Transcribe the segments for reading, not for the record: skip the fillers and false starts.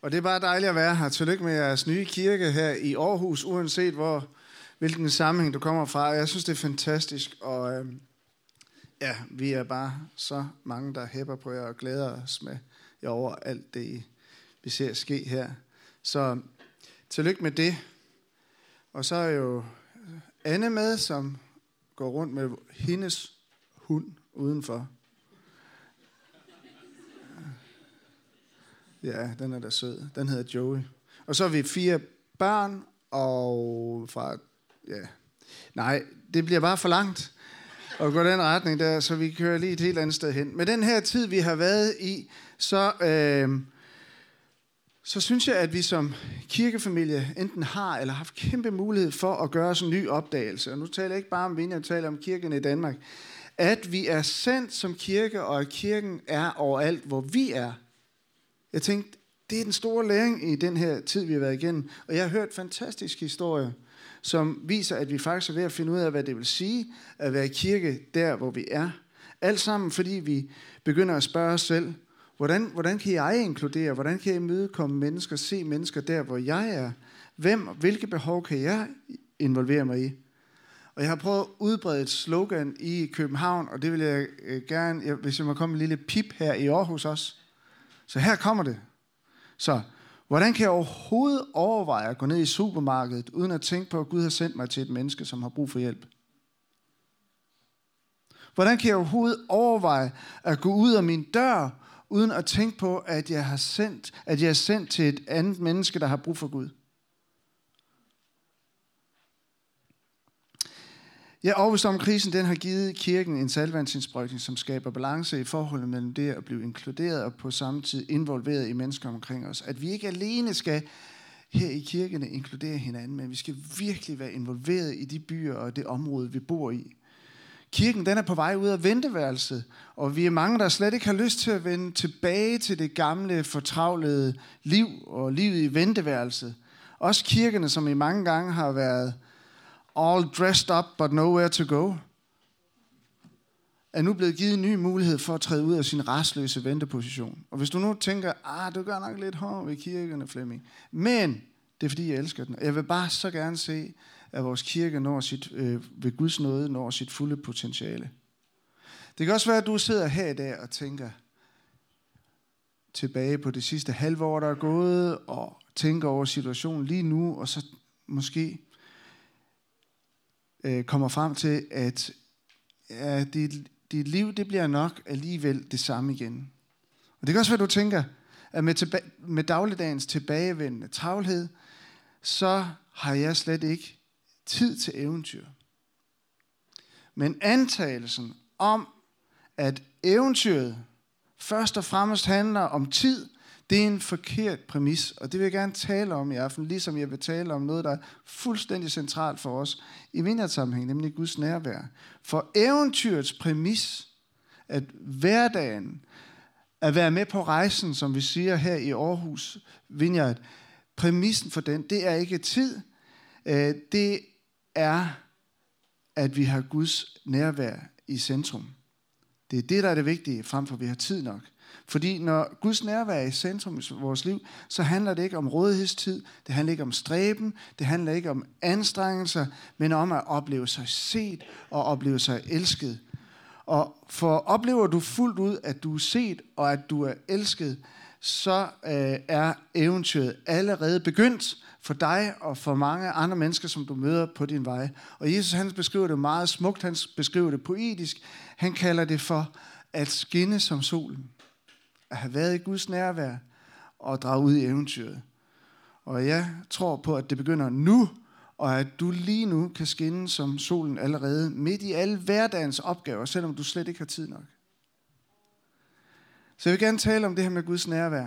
Og det er bare dejligt at være her. Tillykke med jeres nye kirke her i Aarhus, uanset hvilken sammenhæng du kommer fra. Jeg synes, det er fantastisk, og vi er bare så mange, der hæpper på jer og glæder os med jer over alt det, vi ser ske her. Så tillykke med det. Og så er jo Anne med, som går rundt med hendes hund udenfor. Ja, den er da sød. Den hedder Joey. Og så er vi 4 børn, og fra... Ja, nej, det bliver bare for langt at gå den retning der, så vi kører lige et helt andet sted hen. Med den her tid, vi har været i, så synes jeg, at vi som kirkefamilie enten har eller har haft kæmpe mulighed for at gøre os en ny opdagelse. Og nu taler jeg ikke bare om Vinja, jeg taler om kirken i Danmark. At vi er sendt som kirke, og at kirken er overalt, hvor vi er. Jeg tænkte, det er den store læring i den her tid, vi har været igennem. Og jeg har hørt fantastiske historier, som viser, at vi faktisk er ved at finde ud af, hvad det vil sige at være kirke der, hvor vi er. Alt sammen, fordi vi begynder at spørge os selv, hvordan kan jeg inkludere? Hvordan kan jeg imødekomme mennesker, se mennesker der, hvor jeg er? Hvilke behov kan jeg involvere mig i? Og jeg har prøvet at udbrede et slogan i København, og det vil jeg gerne, hvis jeg må komme en lille pip her i Aarhus også. Så her kommer det. Så, hvordan kan jeg overhovedet overveje at gå ned i supermarkedet, uden at tænke på, at Gud har sendt mig til et menneske, som har brug for hjælp? Hvordan kan jeg overhovedet overveje at gå ud af min dør, uden at tænke på, at jeg er sendt til et andet menneske, der har brug for Gud? Jeg er overbevist om, at krisen den har givet kirken en saltvandsindsprøjtning, som skaber balance i forholdet mellem det at blive inkluderet og på samme tid involveret i mennesker omkring os. At vi ikke alene skal her i kirkene inkludere hinanden, men vi skal virkelig være involveret i de byer og det område, vi bor i. Kirken den er på vej ud af venteværelset, og vi er mange, der slet ikke har lyst til at vende tilbage til det gamle, fortravlede liv og livet i venteværelset. Også kirkerne, som i mange gange har været all dressed up, but nowhere to go, er nu blevet givet en ny mulighed for at træde ud af sin rastløse venteposition. Og hvis du nu tænker, du gør nok lidt hård ved kirkerne, Flemming, men det er fordi, jeg elsker den. Jeg vil bare så gerne se, at vores kirke ved Guds nåde når sit fulde potentiale. Det kan også være, at du sidder her i dag og tænker tilbage på det sidste halve år, der er gået, og tænker over situationen lige nu, og så måske kommer frem til, at dit liv det bliver nok alligevel det samme igen. Og det kan også være, at du tænker, at med dagligdagens tilbagevendende travlhed, så har jeg slet ikke tid til eventyr. Men antagelsen om, at eventyret først og fremmest handler om tid, det er en forkert præmis, og det vil jeg gerne tale om i aften, ligesom jeg vil tale om noget, der er fuldstændig centralt for os i vindersammenhæng, nemlig Guds nærvær. For eventyrets præmis, at hverdagen, at være med på rejsen, som vi siger her i Aarhus Vineyard, præmissen for den, det er ikke tid, det er, at vi har Guds nærvær i centrum. Det er det, der er det vigtige, frem for at vi har tid nok. Fordi når Guds nærvær er i centrum i vores liv, så handler det ikke om rådighedstid, det handler ikke om stræben, det handler ikke om anstrengelser, men om at opleve sig set og opleve sig elsket. Og for oplever du fuldt ud, at du er set og at du er elsket, så er eventyret allerede begyndt for dig og for mange andre mennesker, som du møder på din vej. Og Jesus han beskriver det meget smukt, han beskriver det poetisk. Han kalder det for at skinne som solen. At have været i Guds nærvær og drage ud i eventyret. Og jeg tror på, at det begynder nu, og at du lige nu kan skinne som solen allerede midt i alle hverdagens opgaver, selvom du slet ikke har tid nok. Så jeg vil gerne tale om det her med Guds nærvær.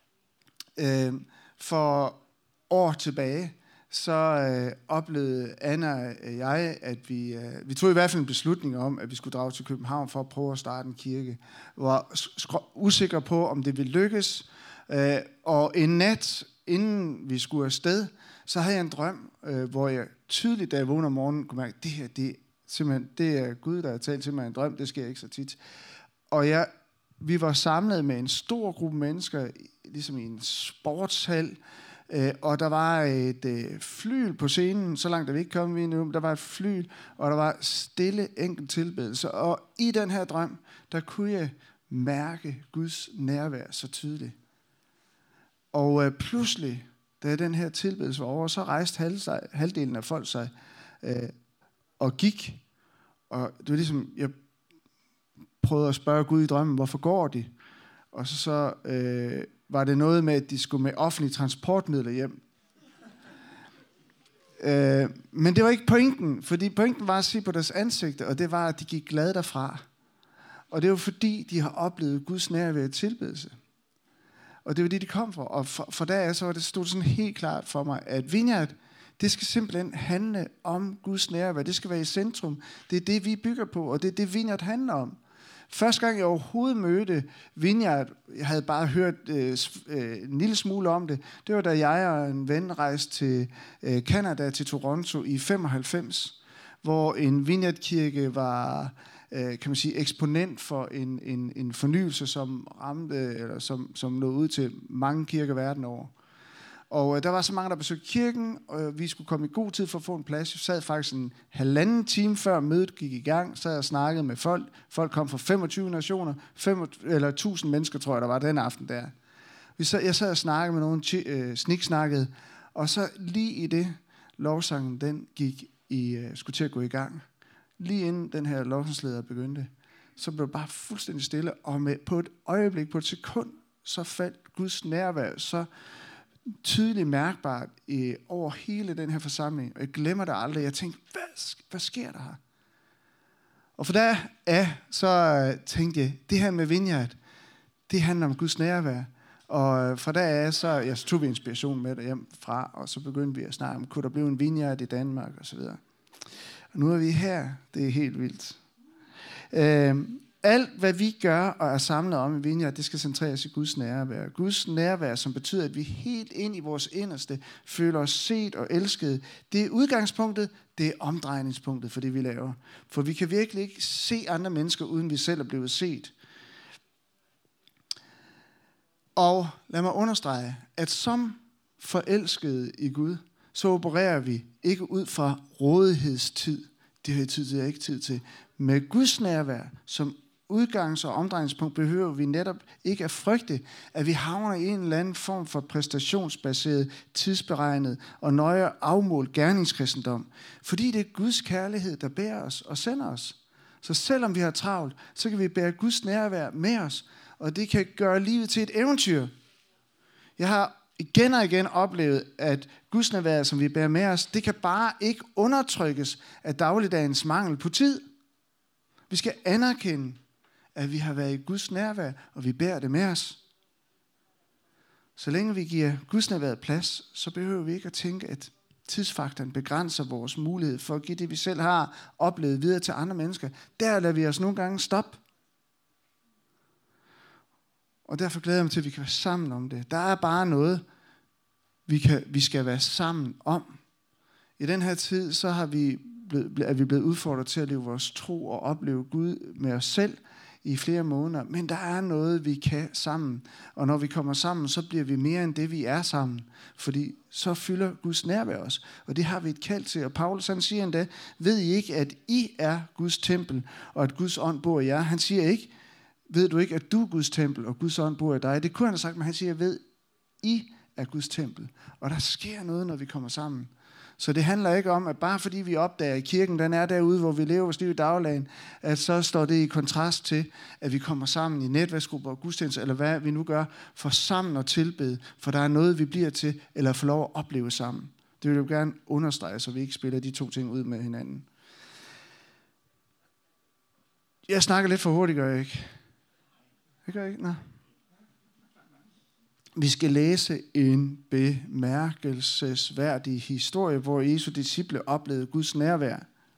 For år tilbage, så oplevede Anna og jeg, at vi tog i hvert fald en beslutning om, at vi skulle drage til København for at prøve at starte en kirke. Vi var usikre på, om det ville lykkes. Og en nat, inden vi skulle afsted, så havde jeg en drøm, hvor jeg tydeligt, da jeg vågnede om morgenen, kunne mærke, at det her, det er Gud, der har talt til mig en drøm, det sker ikke så tit. Og vi var samlet med en stor gruppe mennesker ligesom i en sportshal, og der var et flyl på scenen, så langt er vi ikke kommet endnu, men der var et flyl, og der var stille enkelt tilbedelse. Og i den her drøm, der kunne jeg mærke Guds nærvær så tydeligt. Og pludselig, da den her tilbedelse var over, så rejste halvdelen af folk sig og gik. Og det var ligesom, jeg prøvede at spørge Gud i drømmen, hvorfor går de? Og så var det noget med, at de skulle med offentlige transportmidler hjem. Men det var ikke pointen, fordi pointen var at se på deres ansigter, og det var, at de gik glade derfra. Og det var fordi, de har oplevet Guds nærvær i tilbedelse. Og det var det, de kom for. Og for deraf så var det stod sådan helt klart for mig, at Vineyard, det skal simpelthen handle om Guds nærvær. Det skal være i centrum. Det er det, vi bygger på, og det er det, Vineyard handler om. Første gang jeg overhovedet mødte Vineyard, jeg havde bare hørt en lille smule om det, det var da jeg og en ven rejste til Canada, til Toronto i 95, hvor en Vineyard-kirke var, kan man sige, eksponent for en fornyelse, som ramte, eller som nåede ud til mange kirker verden over. Og der var så mange, der besøgte kirken, og vi skulle komme i god tid for at få en plads. Jeg sad faktisk en halvanden time før mødet gik i gang, sad og snakkede med folk. Folk kom fra 25 nationer, 1000 mennesker, tror jeg, der var den aften der. Jeg sad og snakkede med nogen, sniksnakkede, og så lige i det, lovsangen, den skulle til at gå i gang. Lige inden den her lovsangsleder begyndte, så blev det bare fuldstændig stille, og på et øjeblik, på et sekund, så faldt Guds nærvær, så tydeligt mærkbart over hele den her forsamling. Og jeg glemmer det aldrig. Jeg tænkte, hvad sker der her? Og for der så tænkte jeg, det her med Vineyard, det handler om Guds nærvær. Og fra der så tog vi inspiration med hjem fra, og så begyndte vi at snakke om, kunne der blive en Vineyard i Danmark, og så videre. Og nu er vi her. Det er helt vildt. Alt, hvad vi gør og er samlet om i Vineyard, det skal centreres i Guds nærvær. Guds nærvær, som betyder, at vi helt ind i vores inderste føler os set og elsket. Det er udgangspunktet, det er omdrejningspunktet for det, vi laver. For vi kan virkelig ikke se andre mennesker, uden vi selv er blevet set. Og lad mig understrege, at som forelskede i Gud, så opererer vi ikke ud fra rådighedstid. Det har jeg tid til, jeg ikke tid til. Med Guds nærvær som udgangs- og omdrejningspunkt behøver vi netop ikke at frygte, at vi havner i en eller anden form for præstationsbaseret, tidsberegnet og nøje afmålt gerningskristendom. Fordi det er Guds kærlighed, der bærer os og sender os. Så selvom vi har travlt, så kan vi bære Guds nærvær med os, og det kan gøre livet til et eventyr. Jeg har igen og igen oplevet, at Guds nærvær, som vi bærer med os, det kan bare ikke undertrykkes af dagligdagens mangel på tid. Vi skal anerkende, at vi har været i Guds nærvær, og vi bærer det med os. Så længe vi giver Guds nærvær plads, så behøver vi ikke at tænke, at tidsfaktoren begrænser vores mulighed for at give det, vi selv har oplevet videre til andre mennesker. Der lader vi os nogle gange stoppe. Og derfor glæder jeg mig til, at vi kan være sammen om det. Der er bare noget, vi skal være sammen om. I den her tid, så er vi blevet udfordret til at leve vores tro og opleve Gud med os selv i flere måneder. Men der er noget, vi kan sammen. Og når vi kommer sammen, så bliver vi mere end det, vi er sammen. Fordi så fylder Guds nærvær os. Og det har vi et kald til. Og Paulus han siger endda, ved I ikke, at I er Guds tempel, og at Guds ånd bor i jer? Han siger ikke, ved du ikke, at du er Guds tempel, og Guds ånd bor i dig? Det kunne han have sagt, men han siger, ved I er Guds tempel. Og der sker noget, når vi kommer sammen. Så det handler ikke om, at bare fordi vi opdager, at kirken den er derude, hvor vi lever vores liv i dagligdagen, at så står det i kontrast til, at vi kommer sammen i netværksgrupper og gudstjenester, eller hvad vi nu gør, for sammen at tilbede, for der er noget, vi bliver til, eller får lov at opleve sammen. Det vil jeg gerne understrege, så vi ikke spiller de to ting ud med hinanden. Jeg snakker lidt for hurtigt, gør jeg ikke? Det gør jeg ikke? Nej. Vi skal læse en bemærkelsesværdig historie, hvor Jesu disciple oplevede Guds nærvær,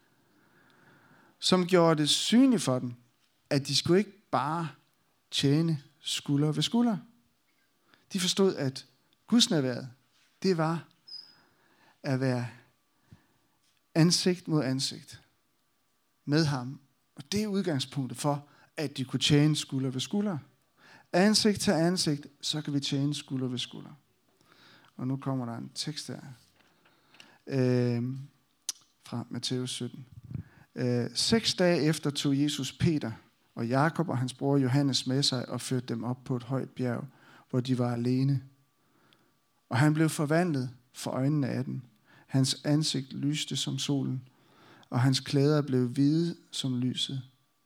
som gjorde det synligt for dem, at de skulle ikke bare tjene skulder ved skulder. De forstod, at Guds nærværet, det var at være ansigt mod ansigt med ham. Og det er udgangspunktet for, at de kunne tjene skulder ved skulder. ansigt til ansigt, så kan vi tjene skulder ved skulder. Og nu kommer der en tekst her. Fra Matthæus 17. 6 dage efter tog Jesus Peter og Jakob og hans bror Johannes med sig og førte dem op på et højt bjerg, hvor de var alene. Og han blev forvandlet for øjnene af dem. Hans ansigt lyste som solen, og hans klæder blev hvide som lyset.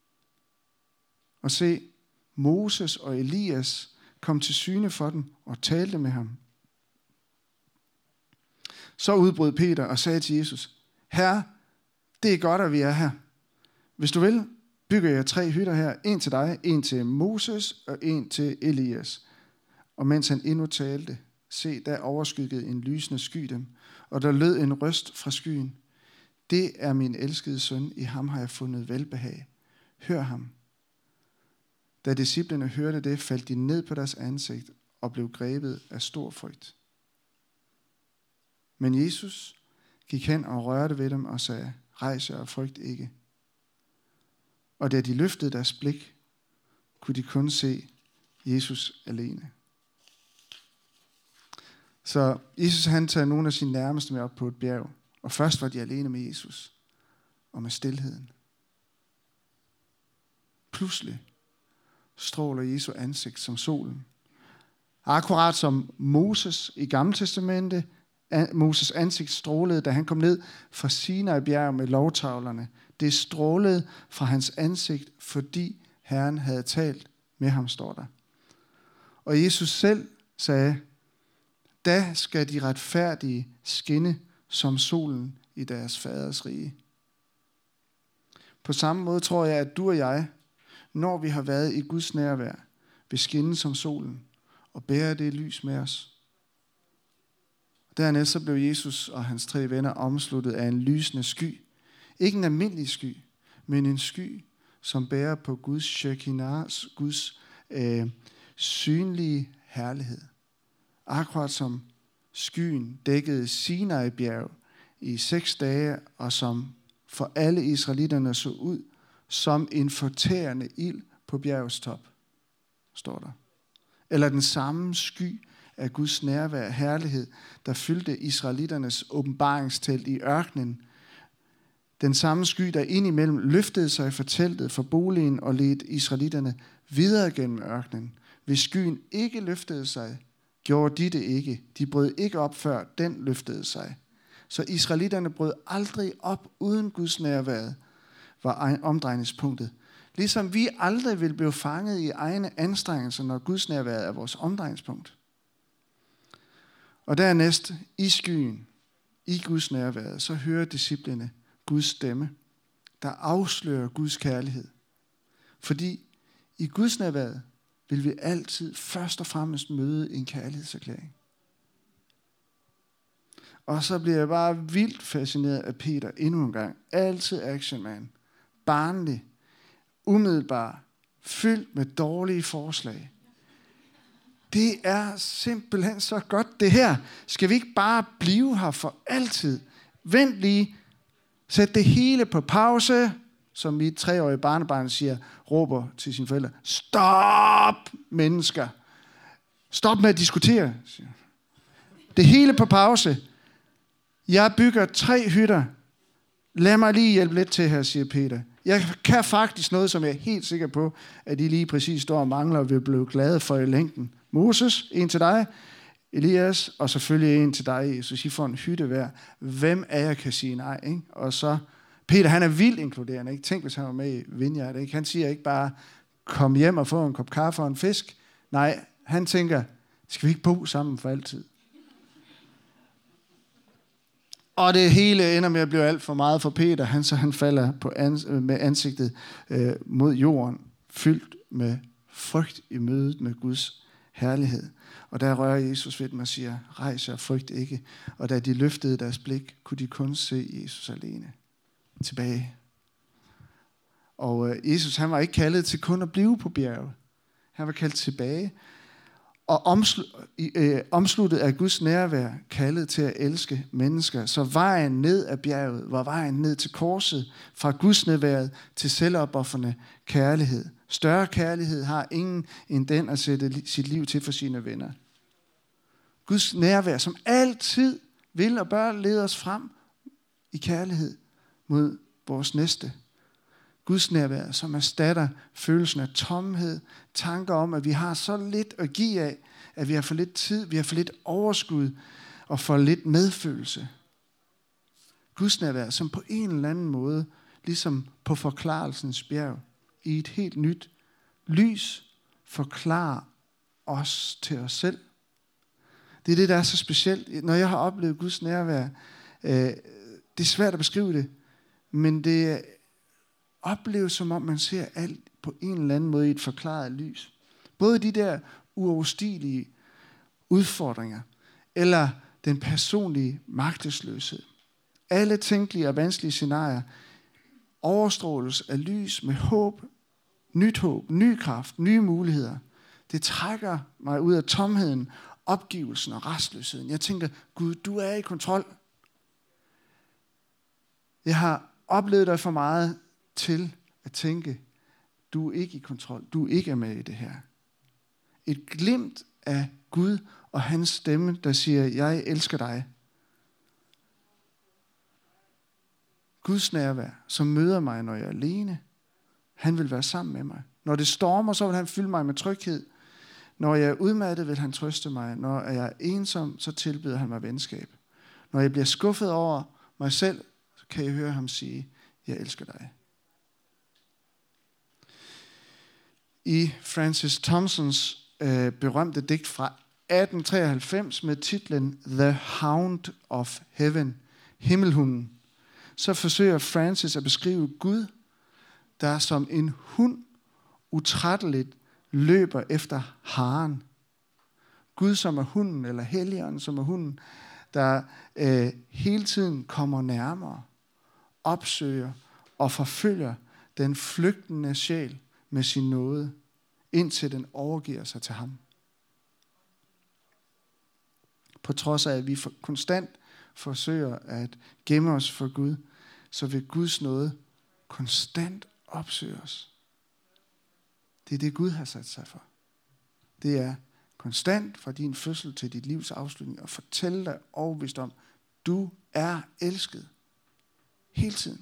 Og se, Moses og Elias kom til syne for dem og talte med ham. Så udbrød Peter og sagde til Jesus, Herre, det er godt, at vi er her. Hvis du vil, bygger jeg 3 hytter her. En til dig, en til Moses og en til Elias. Og mens han endnu talte, se, der overskyggede en lysende sky dem, og der lød en røst fra skyen. Det er min elskede søn, i ham har jeg fundet velbehag. Hør ham. Da disciplene hørte det, faldt de ned på deres ansigt og blev grebet af stor frygt. Men Jesus gik hen og rørte ved dem og sagde, rejs jer og frygt ikke. Og da de løftede deres blik, kunne de kun se Jesus alene. Så Jesus han tager nogle af sine nærmeste med op på et bjerg. Og først var de alene med Jesus og med stilheden. Pludselig stråler Jesu ansigt som solen. Akkurat som Moses i Gamle Testamente, Moses ansigt strålede, da han kom ned fra Sinai bjerg med lovtavlerne. Det strålede fra hans ansigt, fordi Herren havde talt med ham, står der. Og Jesus selv sagde, da skal de retfærdige skinne som solen i deres faders rige. På samme måde tror jeg, at du og jeg, når vi har været i Guds nærvær, vil skinne som solen og bære det lys med os. Dernæst så blev Jesus og hans 3 venner omsluttet af en lysende sky. Ikke en almindelig sky, men en sky, som bærer på Guds Shekinah, Guds synlige herlighed. Akkurat som skyen dækkede Sinai-bjerg i 6 dage, og som for alle israelitterne så ud som en fortærende ild på bjergets top, står der. Eller den samme sky af Guds nærvær, herlighed, der fyldte israelitternes åbenbaringstelt i ørkenen. Den samme sky, der indimellem løftede sig fra teltet, fra boligen og ledte israelitterne videre gennem ørkenen. Hvis skyen ikke løftede sig, gjorde de det ikke. De brød ikke op, før den løftede sig. Så israelitterne brød aldrig op uden Guds nærvær, var omdrejningspunktet. Ligesom vi aldrig vil blive fanget i egne anstrengelser, når Guds nærvær er vores omdrejningspunkt. Og dernæst i skyen, i Guds nærvær, så hører disciplene Guds stemme, der afslører Guds kærlighed. Fordi i Guds nærvær vil vi altid først og fremmest møde en kærlighedserklæring. Og så bliver jeg bare vildt fascineret af Peter endnu en gang. Altid actionman. Barnlig. Umiddelbar. Fyldt med dårlige forslag. Det er simpelthen så godt det her. Skal vi ikke bare blive her for altid? Vent lige. Sæt det hele på pause. Som mit 3-årige barnebarn råber til sine forældre. Stop, mennesker. Stop med at diskutere. Det hele på pause. Jeg bygger 3 hytter. Lad mig lige hjælpe lidt til her, siger Peter. Jeg kan faktisk noget, som jeg er helt sikker på, at I lige præcis står og mangler og vil blive glade for i længden. Moses, en til dig. Elias, og selvfølgelig en til dig, Jesus. I får en hytte hver. Hvem af jer kan sige nej? Ikke? Og så, Peter, han er vildt inkluderende. Ikke? Tænk, hvis han var med i Vineyard. Ikke? Han siger ikke bare, kom hjem og få en kop kaffe og en fisk. Nej, han tænker, skal vi ikke bo sammen for altid? Og det hele ender med at blive alt for meget for Peter. Han falder med ansigtet mod jorden, fyldt med frygt i mødet med Guds herlighed. Og der rører Jesus ved dem og siger, rejs jer, frygt ikke. Og da de løftede deres blik, kunne de kun se Jesus alene tilbage. Og Jesus, han var ikke kaldet til kun at blive på bjerget. Han var kaldt tilbage. Og omsluttet af Guds nærvær, kaldet til at elske mennesker. Så vejen ned af bjerget var vejen ned til korset, fra Guds nærværet til selvopoffrende kærlighed. Større kærlighed har ingen end den at sætte sit liv til for sine venner. Guds nærvær, som altid vil og bør lede os frem i kærlighed mod vores næste. Guds nærvær, som erstatter følelsen af tomhed, tanker om, at vi har så lidt at give af, at vi har for lidt tid, vi har for lidt overskud og for lidt medfølelse. Guds nærvær, som på en eller anden måde, ligesom på forklarelsens bjerg, i et helt nyt lys, forklarer os til os selv. Det er det, der er så specielt. Når jeg har oplevet Guds nærvær, det er svært at beskrive det, men det opleves som om, man ser alt på en eller anden måde i et forklaret lys. Både de der uoverstigelige udfordringer, eller den personlige magtesløshed. Alle tænkelige og vanskelige scenarier overstråles af lys med håb, ny kraft, nye muligheder. Det trækker mig ud af tomheden, opgivelsen og restløsheden. Jeg tænker, Gud, du er i kontrol. Jeg har oplevet dig for meget til at tænke, du er ikke i kontrol, du ikke er med i det her. Et glimt af Gud og hans stemme, der siger, jeg elsker dig. Guds nærvær, som møder mig, når jeg er alene. Han vil være sammen med mig. Når det stormer, så vil han fylde mig med tryghed. Når jeg er udmattet, vil han trøste mig. Når jeg er ensom, så tilbyder han mig venskab. Når jeg bliver skuffet over mig selv, så kan jeg høre ham sige, jeg elsker dig. I Francis Thompsons berømte digt fra 1893 med titlen The Hound of Heaven, Himmelhunden, så forsøger Francis at beskrive Gud, der som en hund utrætteligt løber efter haren. Gud som er hunden, eller Helligånden som er hunden, der hele tiden kommer nærmere, opsøger og forfølger den flygtende sjæl med sin nåde, indtil den overgiver sig til ham. På trods af, at vi konstant forsøger at gemme os for Gud, så vil Guds nåde konstant opsøge os. Det er det, Gud har sat sig for. Det er konstant fra din fødsel til dit livs afslutning at fortælle dig overbevist om, du er elsket. Hele tiden.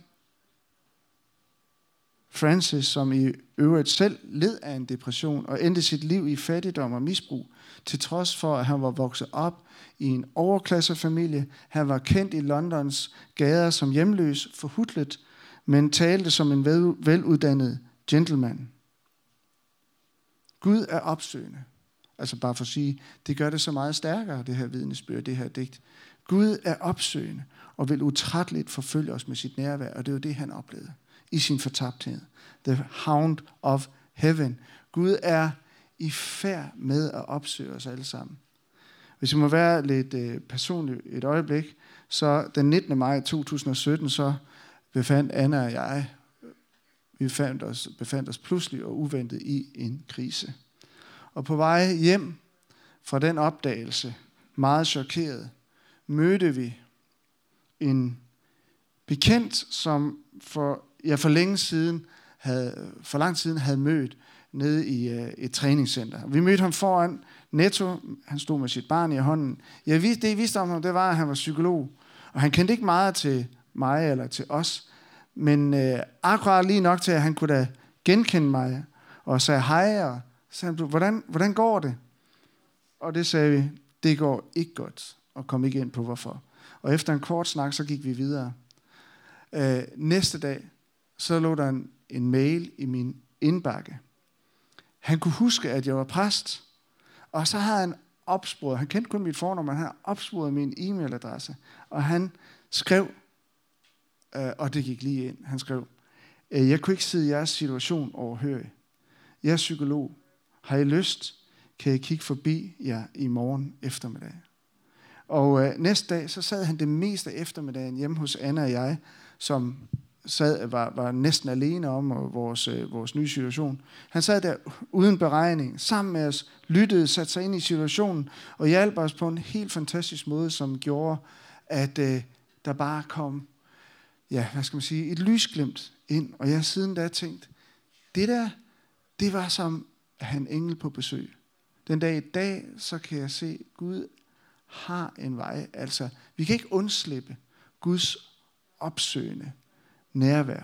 Francis, som i øvrigt selv led af en depression og endte sit liv i fattigdom og misbrug, til trods for, at han var vokset op i en overklassefamilie. Han var kendt i Londons gader som hjemløs, forhutlet, men talte som en veluddannet gentleman. Gud er opsøgende. Altså bare for at sige, det gør det så meget stærkere, det her vidnesbyrd, det her digt. Gud er opsøgende og vil utrætteligt forfølge os med sit nærvær, og det var det, han oplevede i sin fortabthed. The Hound of Heaven. Gud er i færd med at opsøge os alle sammen. Hvis jeg må være lidt personligt et øjeblik, så den 19. maj 2017, så befandt Anna og jeg, vi befandt os pludselig og uventet i en krise. Og på vej hjem fra den opdagelse, meget chokeret, mødte vi en bekendt, som for lang siden havde mødt nede i et træningscenter. Vi mødte ham foran Netto. Han stod med sit barn i hånden. Det jeg vidste om ham, det var, at han var psykolog. Og han kendte ikke meget til mig eller til os, men akkurat lige nok til, at han kunne da genkende mig og sagde hej, og sagde, hvordan går det? Og det sagde vi, det går ikke godt, og kom ikke ind på hvorfor. Og efter en kort snak, så gik vi videre. Næste dag, så lå der en mail i min indbakke. Han kunne huske, at jeg var præst, og så havde han opsporet, han kendte kun mit fornummer, han havde opsporet min e-mailadresse, og han skrev, og det gik lige ind, han skrev, jeg kunne ikke sidde jeres situation overhørig. Jeg er psykolog. Har I lyst, kan jeg kigge forbi jer i morgen eftermiddag. Og næste dag, så sad han det meste af eftermiddagen hjemme hos Anna og jeg, som var næsten alene om vores nye situation. Han sad der uden beregning, sammen med os, lyttede, satte sig ind i situationen, og hjalp os på en helt fantastisk måde, som gjorde, at der bare kom, et lysglimt ind. Og jeg har siden da tænkt, det der, Det var som at have en engel på besøg. Den dag i dag, så kan jeg se, at Gud har en vej. Altså, vi kan ikke undslippe Guds opsøgende nærvær.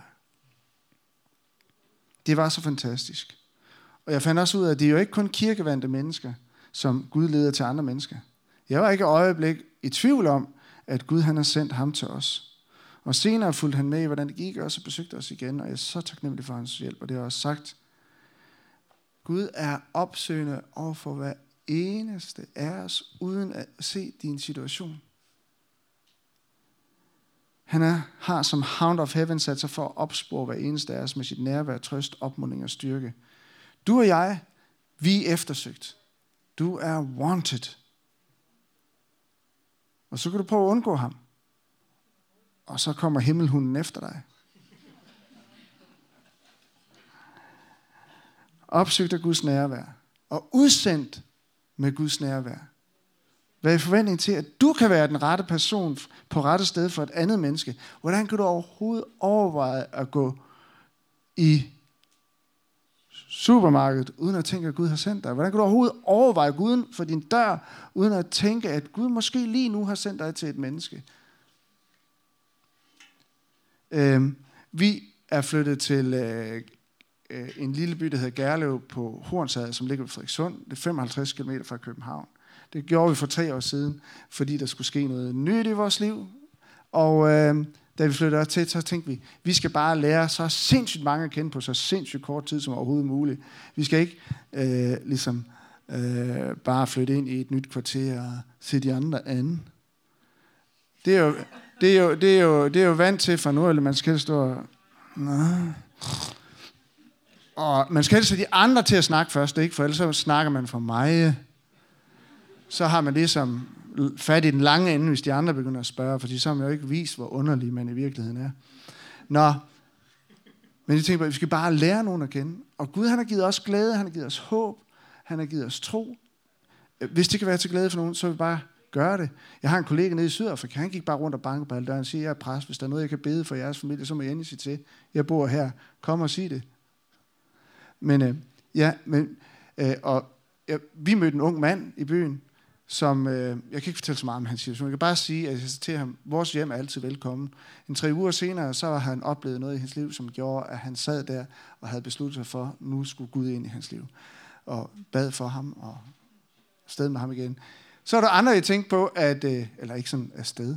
Det var så fantastisk. Og jeg fandt også ud af, at det er jo ikke kun kirkevandte mennesker, som Gud leder til andre mennesker. Jeg var ikke et øjeblik i tvivl om, at Gud han har sendt ham til os. Og senere fulgte han med i, hvordan det gik, og så besøgte os igen, og jeg er så taknemmelig for hans hjælp. Og det har også sagt, Gud er opsøgende over for hver eneste af os, uden at se din situation. Han har som Hound of Heaven sat sig for at opspore hver eneste af os med sit nærvær, trøst, opmuntring og styrke. Du og jeg, vi er eftersøgt. Du er wanted. Og så kan du prøve at undgå ham. Og så kommer himmelhunden efter dig. Opsøgt af Guds nærvær. Og udsendt med Guds nærvær. Hvad er forventning til, at du kan være den rette person på rette sted for et andet menneske? Hvordan kan du overhovedet overveje at gå i supermarkedet, uden at tænke, at Gud har sendt dig? Hvordan kan du overhovedet overveje Gud for din dør, uden at tænke, at Gud måske lige nu har sendt dig til et menneske? Vi er flyttet til en lille by, der hedder Gerlev på Hornsherred, som ligger ved Frederikssund. Det er 55 km fra København. Det gjorde vi for 3 år siden, fordi der skulle ske noget nyt i vores liv. Og da vi flyttede til, så tænkte vi skal bare lære så sindssygt mange at kende på så sindssygt kort tid som overhovedet muligt. Vi skal ikke bare flytte ind i et nyt kvarter og se de andre an. Det er jo vant til fra nu, eller man skal stå og man skal helst have de andre til at snakke først, ikke? For ellers så snakker man for mig. Så har man ligesom fat i den lange ende, hvis de andre begynder at spørge, fordi så har man jo ikke vist, hvor underlig man i virkeligheden er. Nå, men jeg tænker på, at vi skal bare lære nogen at kende. Og Gud, han har givet os glæde, han har givet os håb, han har givet os tro. Hvis det kan være til glæde for nogen, så vil vi bare gøre det. Jeg har en kollega nede i Sydafrika, han gik bare rundt og bankede på alle døren og siger, jeg er præst, hvis der er noget, jeg kan bede for jeres familie, så må jeg endelig sige til. Jeg bor her, kom og sig det. Vi mødte en ung mand i byen, som, jeg kan ikke fortælle så meget om hans situation. Jeg kan bare sige, at jeg sagde til ham, vores hjem er altid velkommen. 3 uger senere, så har han oplevet noget i hans liv, som gjorde, at han sad der og havde besluttet sig for, at nu skulle Gud ind i hans liv. Og bad for ham og afsted med ham igen. Så er der andre, jeg tænkte på, at, eller ikke sådan afsted.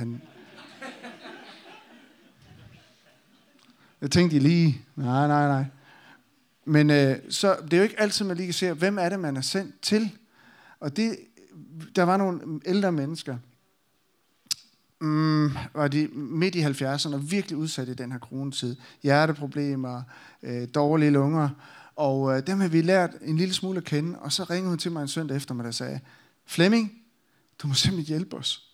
Jeg tænkte lige, nej. Men så det er jo ikke altid, man lige kan se, hvem er det, man er sendt til. Og der var nogle ældre mennesker, var de midt i 70'erne, virkelig udsatte i den her coronatid. Hjerteproblemer, dårlige lunger. Og dem har vi lært en lille smule at kende. Og så ringede hun til mig en søndag eftermiddag og sagde, Flemming, du må simpelthen hjælpe os.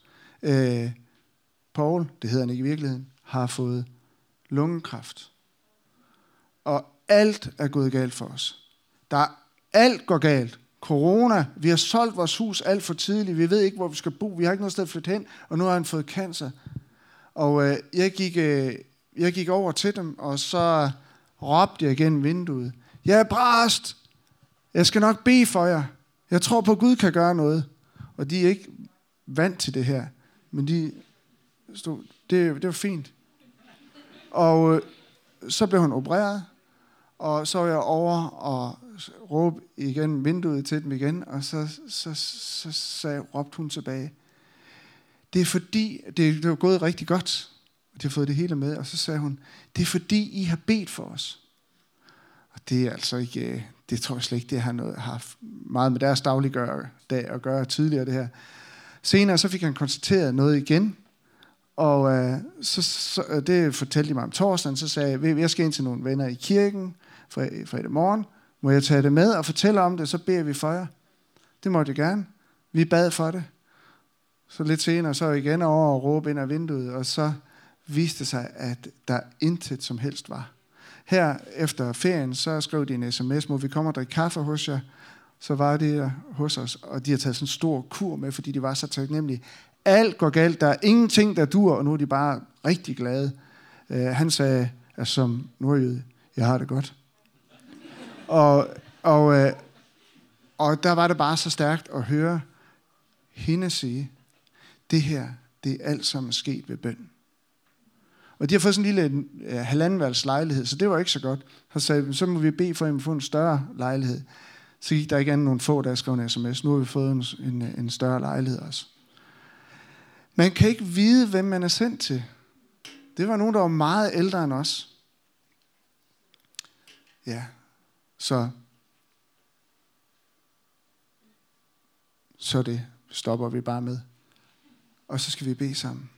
Paul, det hedder han ikke i virkeligheden, har fået lungekræft. Og alt er gået galt for os. Alt går galt. Corona, vi har solgt vores hus alt for tidligt, vi ved ikke, hvor vi skal bo, vi har ikke noget sted at flytte hen, og nu har han fået cancer. Og jeg gik over til dem, og så råbte jeg igennem vinduet, jeg er præst, jeg skal nok bede for jer, jeg tror på, at Gud kan gøre noget. Og de er ikke vant til det her, men de stod, det var fint. Og så blev hun opereret, og så var jeg over og råbte igen vinduet til dem igen, og så råbte hun tilbage. Det er fordi, det var gået rigtig godt, og de har fået det hele med, og så sagde hun, det er fordi, I har bedt for os. Og det er altså ikke, det tror jeg slet ikke, det har haft meget med deres dagligdag at gøre tidligere det her. Senere så fik han konstateret noget igen, og så det fortalte de mig om torsdagen, så sagde jeg, jeg skal ind til nogle venner i kirken fredag morgen, må jeg tage det med og fortælle om det, så beder vi for jer. Det måtte jeg gerne. Vi bad for det. Så lidt senere, så igen over og råbe ind ad vinduet, og så viste det sig, at der intet som helst var. Her efter ferien, så skrev de en sms, må vi komme og drikke kaffe hos jer. Så var de hos os, og de har taget sådan en stor kur med, fordi de var så taknemmelige. Alt går galt, der er ingenting, der dur, og nu er de bare rigtig glade. Han sagde, at som nordjyde, jeg har det godt. Og der var det bare så stærkt at høre hende sige, det her, det er alt sammen sket ved bøn. Og de har fået sådan en lille halvandenværelses lejlighed, så det var ikke så godt. Så sagde så må vi bede for, at få en større lejlighed. Så gik der ikke andet nogle få, der skrev en sms. Nu har vi fået en større lejlighed også. Man kan ikke vide, hvem man er sendt til. Det var nogen, der var meget ældre end os. Ja, så det stopper vi bare med. Og så skal vi bede sammen.